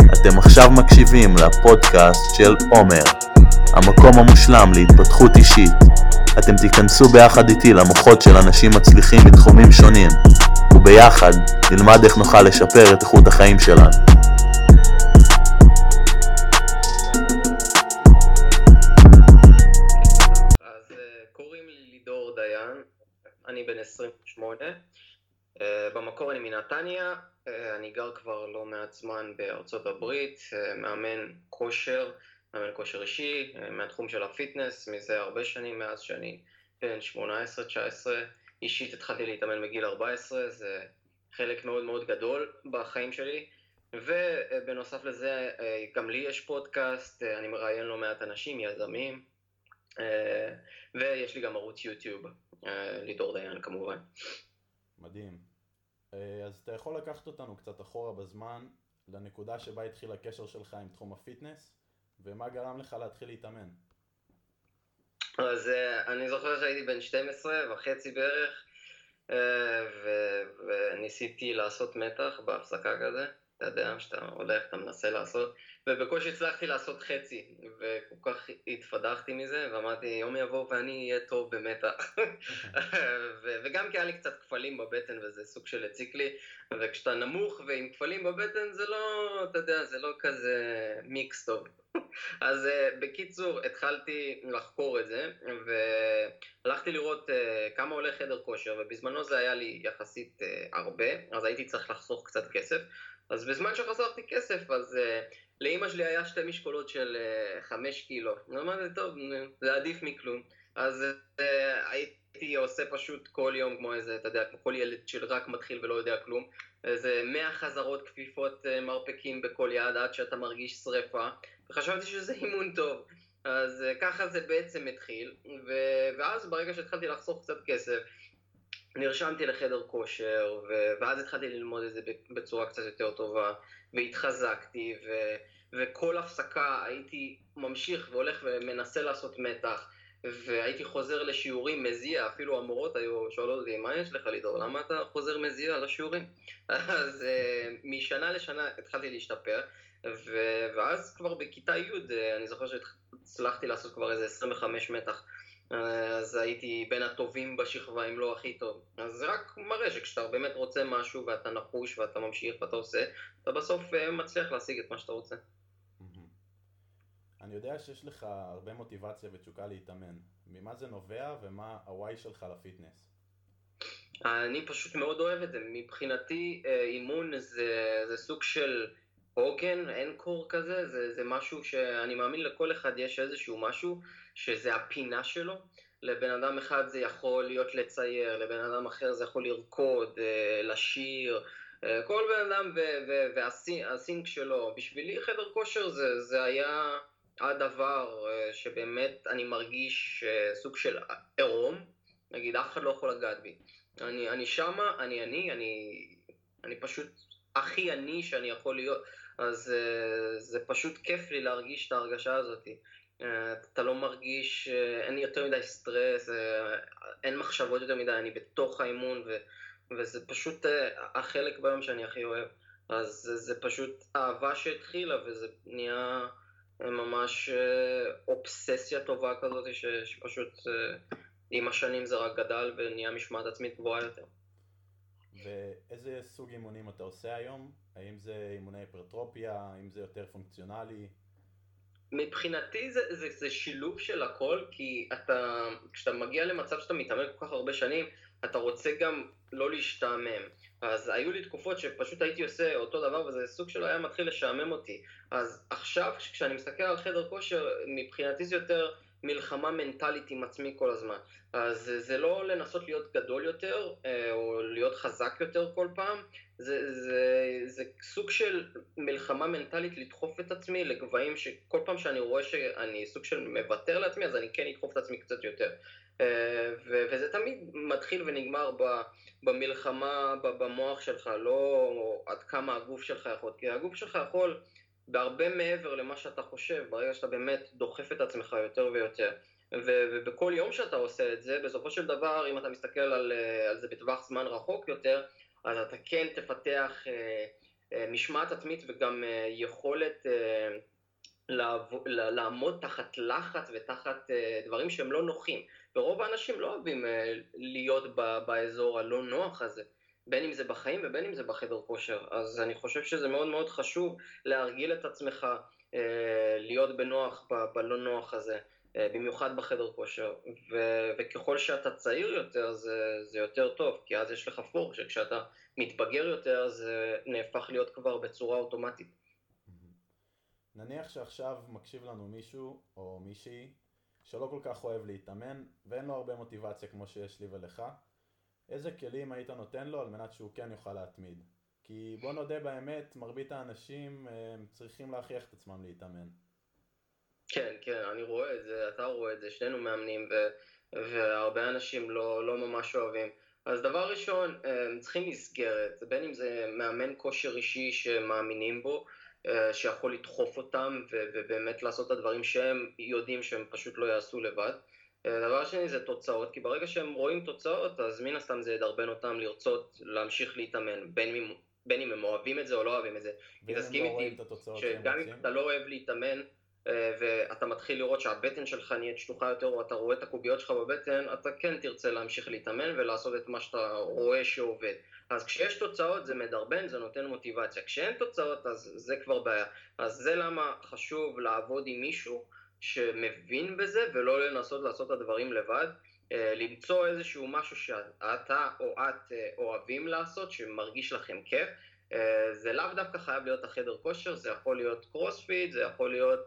אתם עכשיו מקשיבים לפודקאסט של עומר, המקום המושלם להתפתחות אישית. אתם תיכנסו ביחד איתי למוחות של אנשים מצליחים בתחומים שונים, וביחד נלמד איך נוכל לשפר את איכות החיים שלנו. אז קוראים לי לידור דיין, אני בן 28, במקור אני מנתניה, אני גר כבר לא מעט זמן בארצות הברית, מאמן כושר אישי, מהתחום של הפיטנס, מזה הרבה שנים, מאז שאני בן 18-19, אישית התחלתי להתאמן בגיל 14, זה חלק מאוד מאוד גדול בחיים שלי, ובנוסף לזה גם לי יש פודקאסט, אני מראיין לא מעט אנשים, יזמים, ויש לי גם ערוץ יוטיוב, לידור דיין כמובן. מדהים. אז אתה יכול לקחת אותנו קצת אחורה בזמן לנקודה שבה התחיל הקשר שלך עם תחום הפיטנס, ומה גרם לך להתחיל להתאמן? אז אני זוכר שהייתי בן 12 וחצי בערך, וניסיתי לעשות מתח בהפסקה כזה, אתה יודע, שאתה הולך, אתה מנסה לעשות, ובקושי הצלחתי לעשות חצי, וכל כך התפדחתי מזה, ואמרתי, יום יבוא ואני אהיה טוב במתח. וגם כי היה לי קצת כפלים בבטן, וזה סוג של הציק לי, וכשאתה נמוך ועם כפלים בבטן, זה לא, אתה יודע, זה לא כזה מיקס טוב. אז בקיצור, התחלתי לחקור את זה, והלכתי לראות כמה עולה חדר כושר, ובזמנו זה היה לי יחסית הרבה, אז הייתי צריך לחסוך קצת כסף. אז בזמן שחסכתי כסף, אז לאמא שלי היה 2 משקולות של 5 קילו. אמרתי, טוב, זה עדיף מכלום. אז הייתי עושה פשוט כל יום כמו איזה, אתה יודע, כמו כל ילד שרק מתחיל ולא יודע כלום. איזה 100 חזרות כפיפות מרפקים בכל יד עד שאתה מרגיש שריפה. וחשבתי שזה אימון טוב. אז ככה זה בעצם התחיל. ואז ברגע שהתחלתי לחסוך קצת כסף, נרשמתי לחדר כושר, ואז התחלתי ללמוד את זה בצורה קצת יותר טובה, והתחזקתי, וכל הפסקה הייתי ממשיך והולך ומנסה לעשות מתח, והייתי חוזר לשיעורים מזיע, אפילו המורות היו שואלות אותי, מה יש לך לידור? למה אתה חוזר מזיע לשיעורים? אז משנה לשנה התחלתי להשתפר, ואז כבר בכיתה י' אני זוכר שהצלחתי לעשות כבר איזה 25 מתח, אז הייתי בין הטובים בשכבה, אם לא הכי טוב. אז זה רק מראה שכשאתה באמת רוצה משהו ואתה נחוש ואתה ממשיך ואתה עושה, אתה בסוף מצליח להשיג את מה שאתה רוצה. אני יודע שיש לך הרבה מוטיבציה ותשוקה להתאמן. ממה זה נובע ומה הוואי שלך לפיטנס? אני פשוט מאוד אוהב את זה. מבחינתי אימון זה סוג של עוגן, אנקור כזה, זה משהו שאני מאמין לכל אחד יש איזשהו משהו שזה הפינה שלו. לבן אדם אחד זה יכול להיות לצייר, לבן אדם אחר זה יכול לרקוד, לשיר, כל בן אדם והסינק שלו. בשבילי חדר כושר זה היה הדבר שבאמת אני מרגיש סוג של עירום, נגיד אף אחד לא יכול לגעת בי. אני שמה, אני פשוט הכי אני שאני יכול להיות, אז זה פשוט כיף לי להרגיש את ההרגשה הזאת. אתה לא מרגיש, אין יותר מדי סטרס, אין מחשבות יותר מדי, אני בתוך האימון, וזה פשוט החלק ביום שאני הכי אוהב. אז זה פשוט אהבה שהתחילה, וזה נהיה ממש אובססיה טובה כזאת, שפשוט עם השנים זה רק גדל ונהיה משמעת עצמית גבוהה יותר. ואיזה סוג אימונים אתה עושה היום? האם זה אימוני היפרטרופיה? האם זה יותר פונקציונלי? מבחינתי זה שילוב של הכל, כי כשאתה מגיע למצב שאתה מתאמן כל כך הרבה שנים, אתה רוצה גם לא להשתעמם. אז היו לי תקופות שפשוט הייתי עושה אותו דבר, וזה סוג שלו היה מתחיל לשעמם אותי. אז עכשיו, כשאני מסתכל על חדר כושר, מבחינתי זה יותר מלחמה מנטלית עם עצמי כל הזמן. אז זה לא לנסות להיות גדול יותר, או להיות חזק יותר כל פעם, זה סוג של מלחמה מנטלית לדחוף את עצמי לגבהים שכל פעם שאני רואה שאני סוג של מוותר לעצמי, אז אני כן אדחוף את עצמי קצת יותר. וזה תמיד מתחיל ונגמר במלחמה במוח שלך, לא עד כמה הגוף שלך יכול, כי הגוף שלך יכול בהרבה מעבר למה שאתה חושב, ברגע שאתה באמת דוחף את עצמך יותר ויותר. ובכל יום שאתה עושה את זה, בסופו של דבר, אם אתה מסתכל על זה בטווח זמן רחוק יותר, אז אתה כן תפתח משמעת עצמית וגם יכולת לעמוד תחת לחץ ותחת דברים שהם לא נוחים. ורוב האנשים לא אוהבים להיות באזור הלא נוח הזה, בין אם זה בחיים ובין אם זה בחדר כושר. אז אני חושב שזה מאוד מאוד חשוב להרגיל את עצמך להיות בנוח בלא נוח הזה, במיוחד בחדר כושר. וככל שאתה צעיר יותר זה יותר טוב, כי אז יש לך פור, שכשאתה מתבגר יותר זה נהפך להיות כבר בצורה אוטומטית. נניח שעכשיו מקשיב לנו מישהו או מישהי שלא כל כך אוהב להתאמן ואין לו הרבה מוטיבציה כמו שיש לי ולך, איזה כלים היית נותן לו על מנת שהוא כן יוכל להתמיד? כי בוא נודה באמת, מרבית האנשים צריכים להכריח את עצמם להתאמן. כן, אני רואה את זה, אתה רואה את זה, שנינו מאמנים והרבה אנשים לא ממש אוהבים. אז דבר ראשון, צריכים מסגרת, בין אם זה מאמן כושר אישי שמאמינים בו, שיכול לדחוף אותם ובאמת לעשות את הדברים שהם יודעים שהם פשוט לא יעשו לבד. דבר שני זה תוצאות, כי ברגע שהם רואים תוצאות, אז מן הסתם זה ידרבן אותם לרצות להמשיך להתאמן, בין אם הם אוהבים את זה או לא אוהבים את זה. כי תסכים איתי שגם אם אתה לא אוהב להתאמן, ואתה מתחיל לראות שהבטן שלך נהיית שלוחה יותר, או אתה רואה את הקוביות שלך בבטן, אתה כן תרצה להמשיך להתאמן ולעשות את מה שאתה רואה שעובד. אז כשיש תוצאות זה מדרבן, זה נותן מוטיבציה. כשאין תוצאות אז זה כבר בעיה. אז זה למה חשוב לעבוד עם מישהו שמבין בזה, ולא לנסות לעשות את הדברים לבד. למצוא איזשהו משהו שאתה או את אוהבים לעשות, שמרגיש לכם כיף. זה לאו דווקא חייב להיות החדר כושר, זה יכול להיות קרוספיט, זה יכול להיות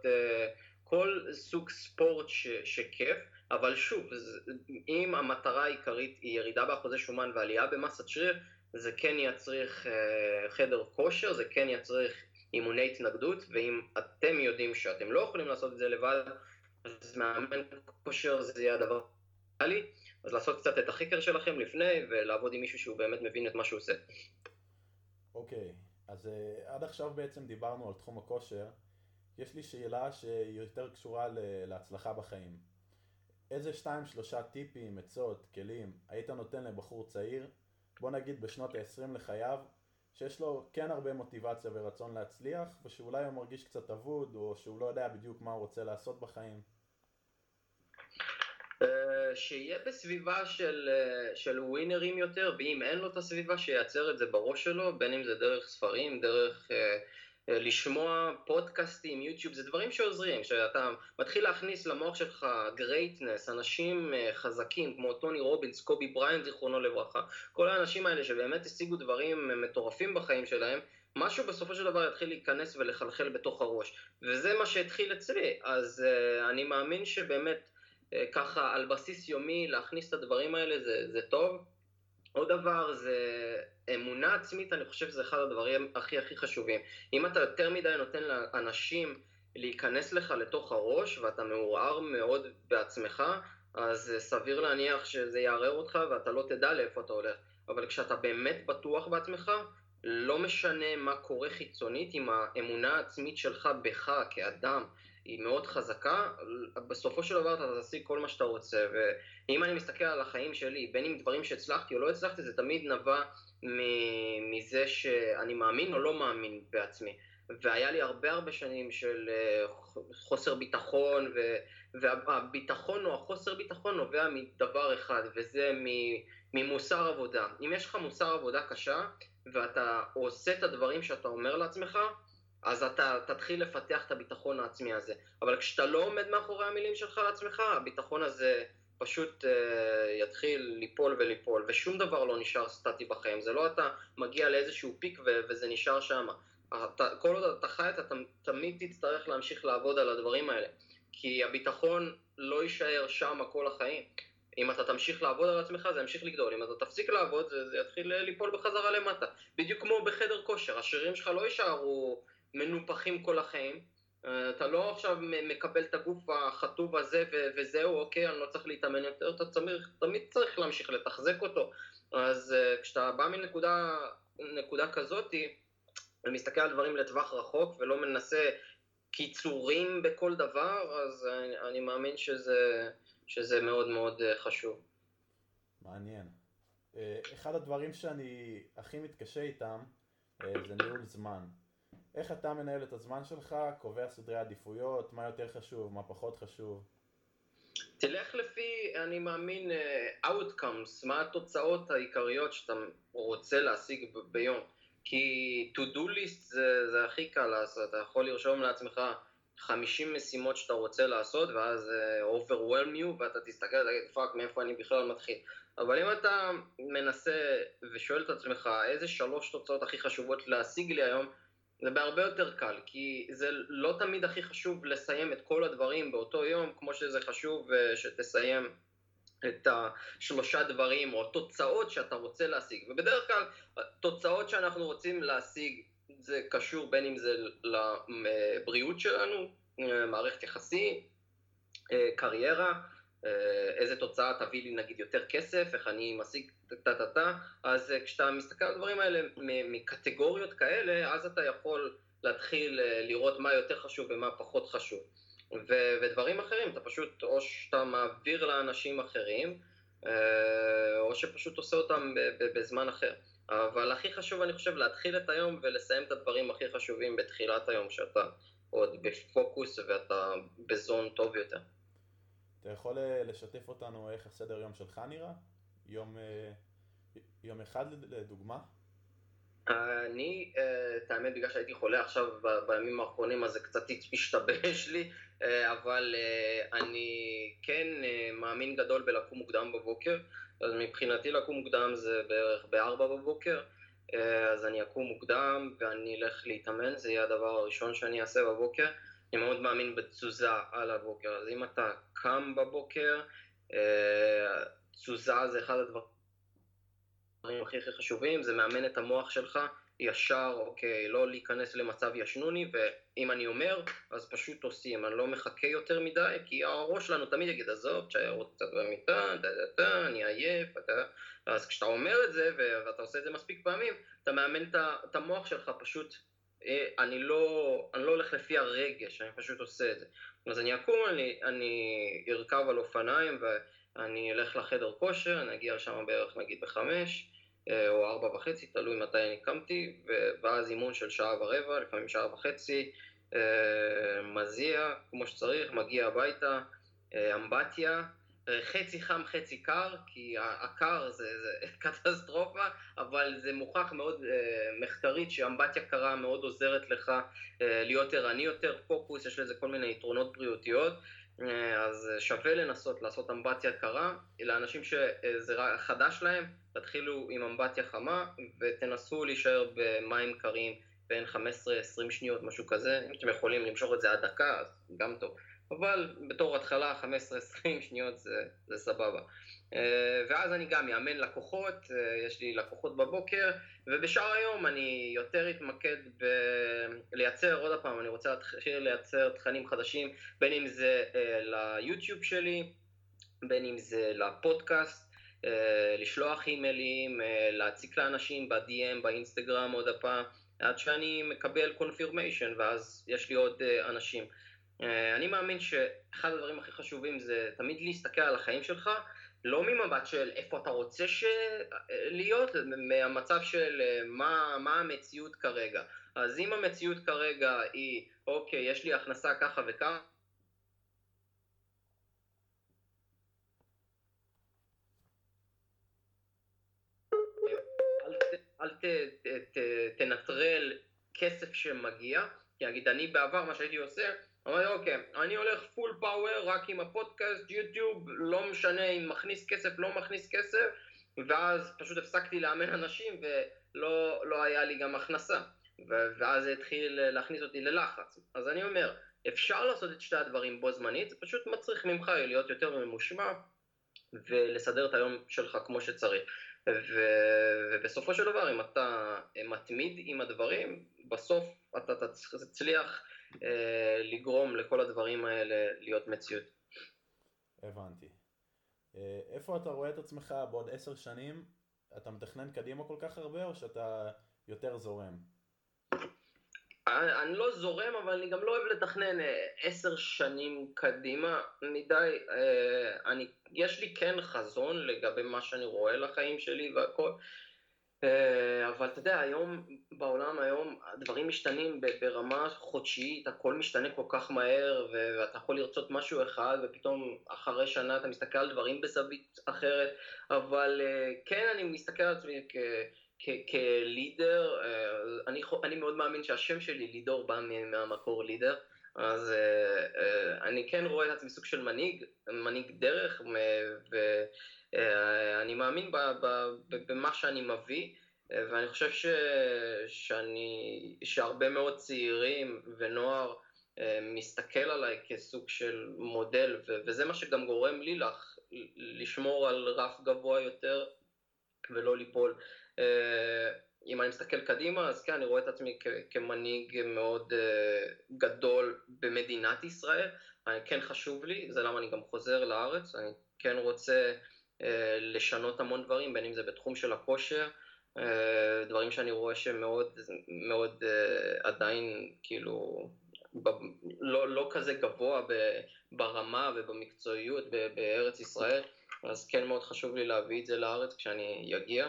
כל סוג ספורט שכיף, אבל שוב, אם המטרה העיקרית היא ירידה באחוזי שומן ועלייה במסת שריר, זה כן יצריך חדר כושר, זה כן יצריך אימוני התנגדות, ואם אתם יודעים שאתם לא יכולים לעשות את זה לבד, אז מאמן כושר זה יהיה הדבר לי, אז לעשות קצת את החקר שלכם לפני, ולעבוד עם מישהו שהוא באמת מבין את מה שהוא עושה. אוקיי, אז עד עכשיו בעצם דיברנו על תחום הכושר. יש לי שאלה שהיא יותר קשורה להצלחה בחיים. איזה 2-3 טיפים, עצות, כלים היית נותן לבחור צעיר, בוא נגיד בשנות ה-20 לחייו, שיש לו כן הרבה מוטיבציה ורצון להצליח, ושאולי הוא מרגיש קצת אבוד, או שהוא לא יודע בדיוק מה הוא רוצה לעשות בחיים? שיהיה בסביבה של ווינרים יותר, ואם אין לו את הסביבה שייצר את זה בראש שלו, בין אם זה דרך ספרים, דרך לשמוע פודקאסטים, יוטיוב, זה דברים שעוזרים, שאתה מתחיל להכניס למוח שלך גרייטנס, אנשים חזקים כמו טוני רובינס, קובי בריינט זיכרונו לברכה, כל האנשים האלה שבאמת השיגו דברים מטורפים בחיים שלהם, משהו בסופו של דבר יתחיל להיכנס ולחלחל בתוך הראש, וזה מה שהתחיל אצלי. אז אני מאמין שבאמת ככה על בסיס יומי להכניס את הדברים האלה זה טוב. עוד דבר זה אמונה עצמית, אני חושב שזה אחד הדברים הכי חשובים. אם אתה יותר מדי נותן לאנשים להיכנס לך לתוך הראש ואתה מעורער מאוד בעצמך, אז סביר להניח שזה יערער אותך ואתה לא תדע לאיפה אתה הולך. אבל כשאתה באמת בטוח בעצמך, לא משנה מה קורה חיצונית, אם האמונה העצמית שלך בך כאדם היא מאוד חזקה, בסופו של דבר אתה תשיג כל מה שאתה רוצה. ואם אני מסתכל על החיים שלי, בין אם דברים שהצלחתי או לא הצלחתי, זה תמיד נבע מזה שאני מאמין או לא מאמין בעצמי. והיה לי הרבה שנים של חוסר ביטחון, והביטחון או החוסר ביטחון נובע מדבר אחד, וזה ממוסר עבודה. אם יש לך מוסר עבודה קשה, ואתה עושה את הדברים שאתה אומר לעצמך, אז אתה תתחיל לפתח את הביטחון העצמי הזה. אבל כשאתה לא עומד מאחורי המילים שלך לעצמך, הביטחון הזה פשוט יתחיל ליפול וליפול, ושום דבר לא נשאר סטטי בחיים. זה לא אתה מגיע לאיזשהו פיק וזה נשאר שם. כל עוד אתה חי, אתה תמיד תצטרך להמשיך לעבוד על הדברים האלה, כי הביטחון לא יישאר שם כל החיים. אם אתה תמשיך לעבוד על עצמך, זה ימשיך לגדול. אם אתה תפסיק לעבוד, זה יתחיל ליפול בחזרה למטה. בדיוק כמו בחדר כושר, השרירים שלך לא יישארו מנופחים כל החיים. אתה לא עכשיו מקבל את הגוף החטוב הזה וזהו, אוקיי, אני לא צריך להתאמן יותר, אתה תמיד צריך להמשיך לתחזק אותו. אז כשאתה בא מנקודה כזאת, ומסתכל על דברים לטווח רחוק ולא מנסה קיצורים בכל דבר, אז אני מאמין שזה מאוד מאוד חשוב. מעניין. אחד הדברים שאני הכי מתקשה איתם, זה ניהול זמן. איך אתה מנהל את הזמן שלך, קובע סדרי עדיפויות, מה יותר חשוב, מה פחות חשוב? תלך לפי, אני מאמין, outcomes, מה התוצאות העיקריות שאתה רוצה להשיג ביום. כי to do list זה הכי קל לעשות, אתה יכול לרשום לעצמך 50 משימות שאתה רוצה לעשות, ואז overwhelm you, ואתה תסתכל, תגיד, פאק, מאיפה אני בכלל מתחיל. אבל אם אתה מנסה ושואל את עצמך, איזה 3 תוצאות הכי חשובות להשיג לי היום, זה בהרבה יותר קל, כי זה לא תמיד הכי חשוב לסיים את כל הדברים באותו יום, כמו שזה חשוב שתסיים את 3 דברים או תוצאות שאתה רוצה להשיג. ובדרך כלל, תוצאות שאנחנו רוצים להשיג, זה קשור בין אם זה לבריאות שלנו, מערכת יחסי, קריירה, איזה תוצאה תביא לי נגיד יותר כסף, איך אני משיג תתתה, אז כשאתה מסתכל על הדברים האלה מקטגוריות כאלה, אז אתה יכול להתחיל לראות מה יותר חשוב ומה פחות חשוב. ודברים אחרים, אתה פשוט, או שאתה מעביר לאנשים אחרים, או שפשוט עושה אותם בזמן אחר. אבל הכי חשוב, אני חושב, להתחיל את היום ולסיים את הדברים הכי חשובים בתחילת היום, שאתה עוד בפוקוס ואתה בזון טוב יותר. אתה יכול לשתף אותנו איך הסדר יום שלך נראה? יום אחד לדוגמה? אני, את האמת, בגלל שהייתי חולה עכשיו בימים האחרונים, אז זה קצת השתבש לי, אבל אני כן מאמין גדול בלקום מוקדם בבוקר, אז מבחינתי לקום מוקדם זה בערך ב-4 בבוקר, אז אני אקום מוקדם ואני אלך להתאמן, זה יהיה הדבר הראשון שאני אעשה בבוקר. אני מאוד מאמין בתזוזה על הבוקר, אז אם אתה קם בבוקר, תזוזה זה אחד הדברים הכי חשובים, זה מאמן את המוח שלך ישר, אוקיי, לא להיכנס למצב ישנוני, ואם אני אומר, אז פשוט עושים, אני לא מחכה יותר מדי, כי הראש שלנו תמיד יגיד, עזוב, תשאר עוד קצת במיטה, אני עייף, אז כשאתה אומר את זה, ואתה עושה את זה מספיק פעמים, אתה מאמן את המוח שלך פשוט, אני לא הולך לפי הרגש, אני פשוט עושה את זה. אז אני אקום, אני ארכב על אופניים, ואני אלך לחדר כושר, אני אגיע שם בערך נגיד ב5, או 4:30, תלוי מתי אני קמתי, ואז אימון של 1.25 שעה, לפעמים 1.5 שעה, מזיע כמו שצריך, מגיע הביתה, אמבטיה, חצי חם חצי קר, כי הקר זה קטסטרופה, אבל זה מוכח מאוד מחקרית שאמבטיה קרה מאוד עוזרת לך להיות ערני יותר, פוקוס, יש לזה כל מיני יתרונות בריאותיות, אז שווה לנסות לעשות אמבטיה קרה. לאנשים שזה חדש להם, תתחילו עם אמבטיה חמה ותנסו להישאר במים קרים בין 15-20 שניות, משהו כזה. אם אתם יכולים למשוך את זה עד דקה, אז גם טוב. אבל בתור התחלה 15-20 שניות זה סבבה. ואז אני גם יאמן לקוחות, יש לי לקוחות בבוקר, ובשאר היום אני יותר אתמקד בלייצר, עוד פעם, אני רוצה להתחיל לייצר תכנים חדשים, בין אם זה ליוטיוב שלי, בין אם זה לפודקאסט, לשלוח אימיילים, להציק לאנשים ב-DM, באינסטגרם עוד הפעם, עד שאני מקבל confirmation, ואז יש לי עוד אנשים. אני מאמין שאחד הדברים הכי חשובים זה תמיד להסתכל על החיים שלך, לא ממבט של איפה אתה רוצה להיות, מהמצב של מה המציאות כרגע. אז אם המציאות כרגע היא, אוקיי, יש לי הכנסה ככה וככה, אל תנטרל כסף שמגיע, כי אגיד, אני בעבר מה שהייתי עושה, אמרתי, אוקיי, אני הולך פול פאוור רק עם הפודקאסט, יוטיוב, לא משנה אם מכניס כסף, לא מכניס כסף, ואז פשוט הפסקתי לאמן אנשים ולא היה לי גם הכנסה, ואז זה התחיל להכניס אותי ללחץ. אז אני אומר, אפשר לעשות את שתי הדברים בו זמנית, זה פשוט מצריך ממך להיות יותר ממושמע ולסדר את היום שלך כמו שצריך. ובסופו של דבר, אם אתה מתמיד עם הדברים, בסוף אתה תצליח לגרום לכל הדברים האלה להיות מציאות. הבנתי. איפה אתה רואה את עצמך בעוד 10 שנים? אתה מתכנן קדימה כל כך הרבה או שאתה יותר זורם? אני לא זורם, אבל אני גם לא אוהב לתכנן 10 שנים קדימה מדי. יש לי כן חזון לגבי מה שאני רואה לחיים שלי והכל. אבל אתה יודע, היום, בעולם היום, הדברים משתנים ברמה חודשית, הכל משתנה כל כך מהר, ואתה יכול לרצות משהו אחד, ופתאום אחרי שנה אתה מסתכל על דברים בזווית אחרת, אבל כן, אני מסתכל על עצמי כלידר, אני מאוד מאמין שהשם שלי, לידור, בא מהמקור לידר, אז אני כן רואה את עצמי סוג של מנהיג דרך, ואני מאמין במה שאני מביא, ואני חושב שהרבה מאוד צעירים ונוער מסתכל עליי כסוג של מודל, וזה מה שגם גורם לי לשמור על רף גבוה יותר ולא ליפול. אם אני מסתכל קדימה, אז כן, אני רואה את עצמי כמנהיג מאוד גדול במדינת ישראל. כן חשוב לי, זה למה אני גם חוזר לארץ, אני כן רוצה לשנות המון דברים, בין אם זה בתחום של הכושר, דברים שאני רואה שמאוד מאוד עדיין כאילו לא כזה גבוה ברמה ובמקצועיות בארץ ישראל, אז כן מאוד חשוב לי להביא את זה לארץ כשאני אגיע.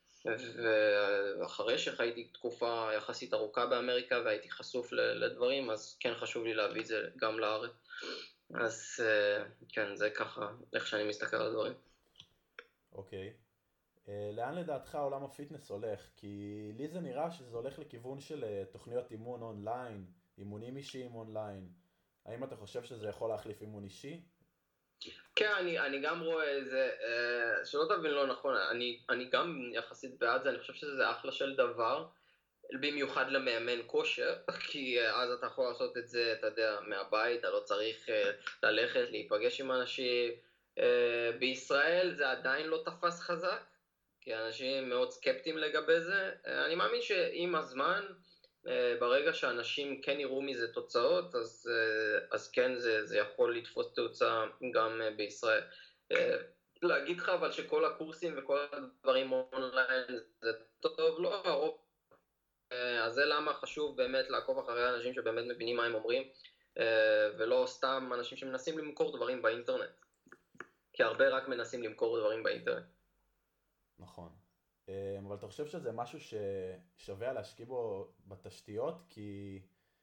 ואחרי שחייתי תקופה יחסית ארוכה באמריקה והייתי חשוף לדברים, אז כן חשוב לי להביא את זה גם לארץ. אז כן, זה ככה איך שאני מסתכל על הדברים. אוקיי. לאן לדעתך עולם הפיטנס הולך? כי לי זה נראה שזה הולך לכיוון של תוכניות אימון אונליין, אימונים אישיים אונליין. האם אתה חושב שזה יכול להחליף אימון אישי? כן, אני גם רואה את זה, שלא תבין לא נכון, אני גם יחסית בעד זה, אני חושב שזה אחלה של דבר, במיוחד למאמן כושר, כי אז אתה יכול לעשות את זה, אתה יודע, מהבית, אתה לא צריך ללכת, להיפגש עם אנשים. בישראל זה עדיין לא תפס חזק, כי אנשים מאוד סקפטיים לגבי זה. אני מאמין שעם הזמן, ברגע שאנשים כן יראו מזה תוצאות, אז כן זה יכול לתפוס תאוצה גם בישראל. להגיד לך אבל שכל הקורסים וכל הדברים אונליין זה טוב, לא הרוב. אז זה למה חשוב באמת לעקוב אחרי אנשים שבאמת מבינים מה הם אומרים, ולא סתם אנשים שמנסים למכור דברים באינטרנט. כי הרבה רק מנסים למכור דברים באינטרנט. נכון. אבל אתה חושב שזה משהו ששווה להשקיע בו בתשתיות? כי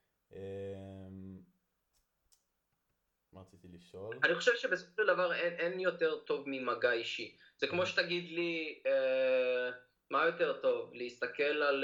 מה רציתי לשאול? אני חושב שבסופו של דבר אין יותר טוב ממגע אישי. זה כמו שתגיד לי, מה יותר טוב? להסתכל על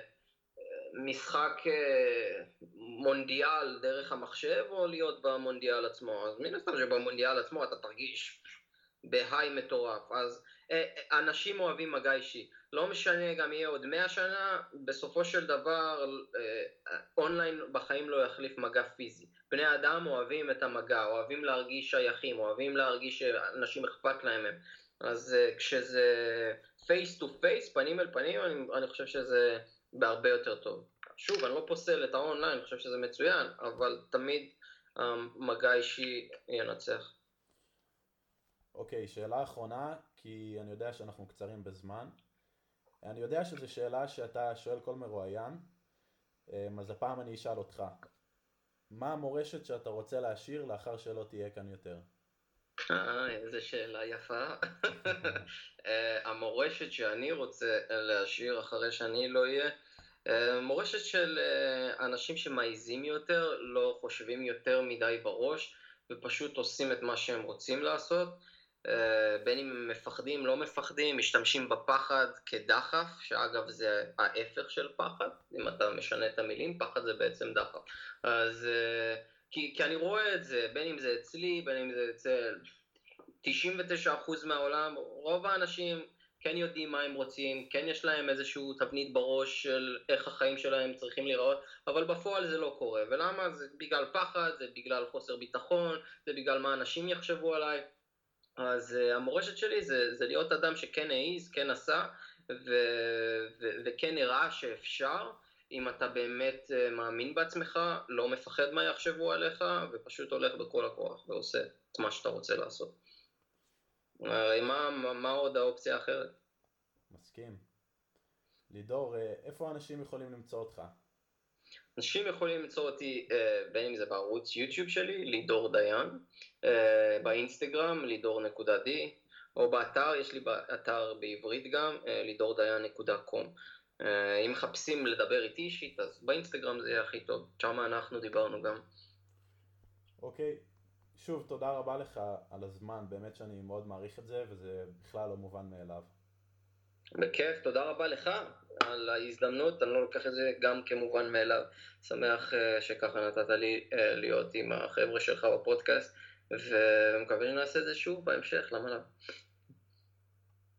משחק מונדיאל דרך המחשב או להיות במונדיאל עצמו? אז מן הסתם שבמונדיאל עצמו אתה תרגיש בהיי מטורף. אז אנשים אוהבים מגע אישי. לא משנה גם יהיה עוד 100 שנה, בסופו של דבר אונליין בחיים לא יחליף מגע פיזי. בני אדם אוהבים את המגע, אוהבים להרגיש שייכים, אוהבים להרגיש שאנשים אכפת להם הם. אז כשזה face to face, פנים אל פנים, אני חושב שזה בהרבה יותר טוב. שוב, אני לא פוסל את האונליין, אני חושב שזה מצוין, אבל תמיד מגע אישי ינצח. אוקיי, שאלה אחרונה, כי אני יודע שאנחנו קצרים בזמן. אני יודע שזו שאלה שאתה שואל כל מרואיין, אז הפעם אני אשאל אותך. מה המורשת שאתה רוצה להשאיר לאחר שלא תהיה כאן יותר? איזו שאלה יפה. המורשת שאני רוצה להשאיר אחרי שאני לא אהיה, מורשת של אנשים שמעיזים יותר, לא חושבים יותר מדי בראש, ופשוט עושים את מה שהם רוצים לעשות. בין אם הם מפחדים, לא מפחדים, משתמשים בפחד כדחף, שאגב זה ההפך של פחד, אם אתה משנה את המילים, פחד זה בעצם דחף. אז כי אני רואה את זה, בין אם זה אצלי, בין אם זה אצל 99% מהעולם, רוב האנשים כן יודעים מה הם רוצים, כן יש להם איזשהו תבנית בראש של איך החיים שלהם צריכים להיראות, אבל בפועל זה לא קורה. ולמה? זה בגלל פחד, זה בגלל חוסר ביטחון, זה בגלל מה אנשים יחשבו עליי. אז המורשת שלי זה להיות אדם שכן העיז, כן עשה, וכן הראה שאפשר, אם אתה באמת מאמין בעצמך, לא מפחד מה יחשבו עליך, ופשוט הולך בכל הכוח ועושה את מה שאתה רוצה לעשות. מה עוד האופציה האחרת? מסכים. לידור, איפה אנשים יכולים למצוא אותך? אנשים יכולים למצוא אותי בין אם זה בערוץ יוטיוב שלי, לידור דיין, באינסטגרם, לידור.d, או באתר, יש לי באתר בעברית גם, lidordayan.com. אם מחפשים לדבר איתי אישית, אז באינסטגרם זה יהיה הכי טוב, שם אנחנו דיברנו גם. אוקיי, שוב תודה רבה לך על הזמן, באמת שאני מאוד מעריך את זה, וזה בכלל לא מובן מאליו. בכיף, תודה רבה לך על ההזדמנות, אני לא לוקח את זה גם כמובן מאליו, שמח שככה נתת לי להיות עם החבר'ה שלך בפודקאסט, ומקווה שנעשה את זה שוב בהמשך, למה לא?